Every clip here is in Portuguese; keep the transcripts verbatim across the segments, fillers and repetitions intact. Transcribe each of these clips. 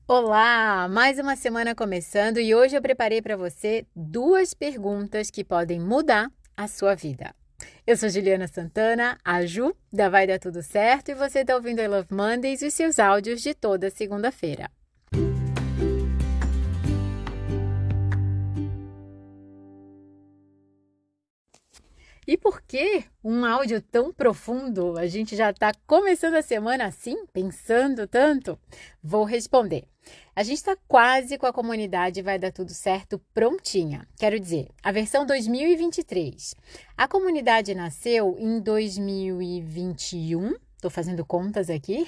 Olá, mais uma semana começando e hoje eu preparei para você duas perguntas que podem mudar a sua vida. Eu sou Juliana Santana, a Ju, da Vai Dar Tudo Certo, e você está ouvindo I Love Mondays e os seus áudios de toda segunda-feira. E por que um áudio tão profundo? A gente já está começando a semana assim, pensando tanto? Vou responder. A gente está quase com a comunidade Vai Dar Tudo Certo prontinha. Quero dizer, a versão dois mil e vinte e três. A comunidade nasceu em dois mil e vinte e um, estou fazendo contas aqui,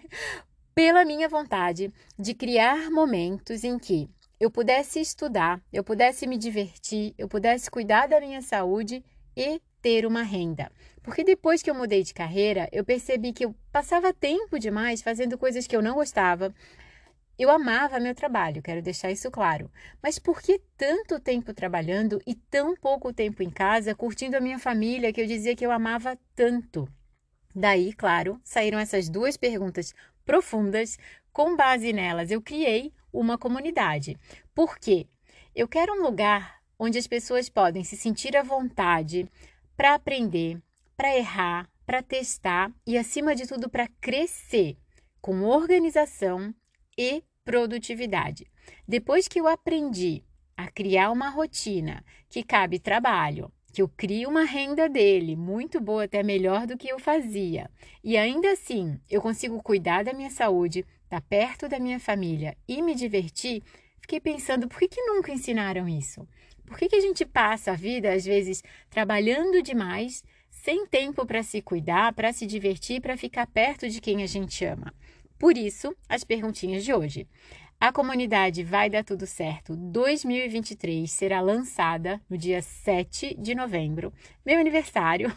pela minha vontade de criar momentos em que eu pudesse estudar, eu pudesse me divertir, eu pudesse cuidar da minha saúde e ter uma renda. Porque depois que eu mudei de carreira, eu percebi que eu passava tempo demais fazendo coisas que eu não gostava. Eu amava meu trabalho, quero deixar isso claro. Mas por que tanto tempo trabalhando e tão pouco tempo em casa, curtindo a minha família, que eu dizia que eu amava tanto? Daí, claro, saíram essas duas perguntas profundas. Com base nelas, eu criei uma comunidade. Por quê? Eu quero um lugar onde as pessoas podem se sentir à vontade para aprender, para errar, para testar e, acima de tudo, para crescer com organização e produtividade. Depois que eu aprendi a criar uma rotina que cabe trabalho, que eu crio uma renda dele, muito boa, até melhor do que eu fazia, e ainda assim eu consigo cuidar da minha saúde, estar perto da minha família e me divertir, fiquei pensando, por que que nunca ensinaram isso? Por que que a gente passa a vida, às vezes, trabalhando demais, sem tempo para se cuidar, para se divertir, para ficar perto de quem a gente ama? Por isso, as perguntinhas de hoje. A comunidade Vai Dar Tudo Certo dois mil e vinte e três será lançada no dia sete de novembro, meu aniversário.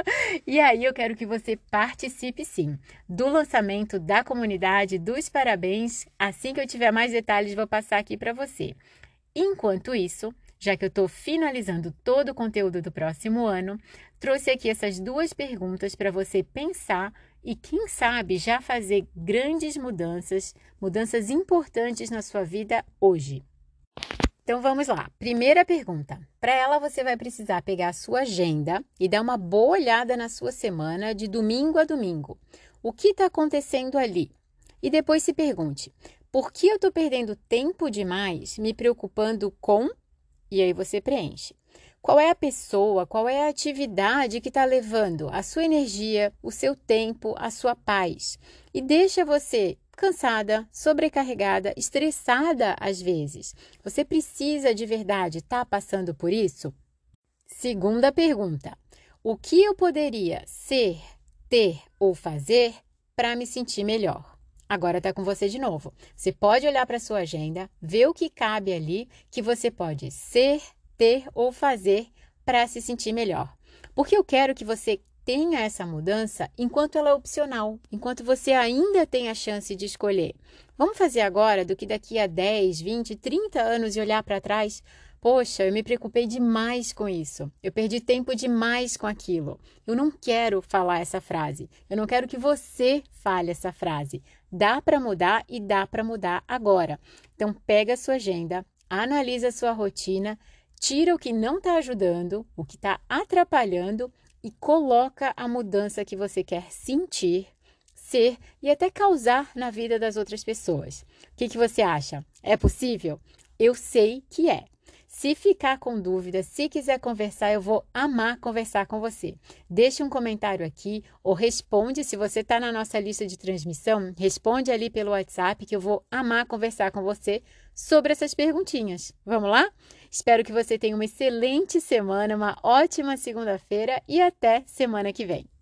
E aí eu quero que você participe sim do lançamento da comunidade, dos parabéns. Assim que eu tiver mais detalhes, vou passar aqui para você. Enquanto isso, já que eu estou finalizando todo o conteúdo do próximo ano, trouxe aqui essas duas perguntas para você pensar e, quem sabe, já fazer grandes mudanças, mudanças importantes na sua vida hoje. Então vamos lá. Primeira pergunta. Para ela você vai precisar pegar a sua agenda e dar uma boa olhada na sua semana de domingo a domingo. O que está acontecendo ali? E depois se pergunte, por que eu estou perdendo tempo demais me preocupando com... E aí você preenche. Qual é a pessoa, qual é a atividade que está levando a sua energia, o seu tempo, a sua paz? E deixa você cansada, sobrecarregada, estressada às vezes. Você precisa de verdade estar passando por isso? Segunda pergunta. O que eu poderia ser, ter ou fazer para me sentir melhor? Agora está com você de novo. Você pode olhar para a sua agenda, ver o que cabe ali que você pode ser, ter ou fazer para se sentir melhor. Porque eu quero que você tenha essa mudança enquanto ela é opcional, enquanto você ainda tem a chance de escolher. Vamos fazer agora do que daqui a dez, vinte, trinta anos e olhar para trás? Poxa, eu me preocupei demais com isso. Eu perdi tempo demais com aquilo. Eu não quero falar essa frase. Eu não quero que você fale essa frase. Dá para mudar e dá para mudar agora. Então, pega a sua agenda, analisa a sua rotina, tira o que não está ajudando, o que está atrapalhando e coloca a mudança que você quer sentir, ser e até causar na vida das outras pessoas. O que, que você acha? É possível? Eu sei que é. Se ficar com dúvida, se quiser conversar, eu vou amar conversar com você. Deixe um comentário aqui ou responde, se você está na nossa lista de transmissão, responde ali pelo WhatsApp que eu vou amar conversar com você sobre essas perguntinhas. Vamos lá? Espero que você tenha uma excelente semana, uma ótima segunda-feira e até semana que vem.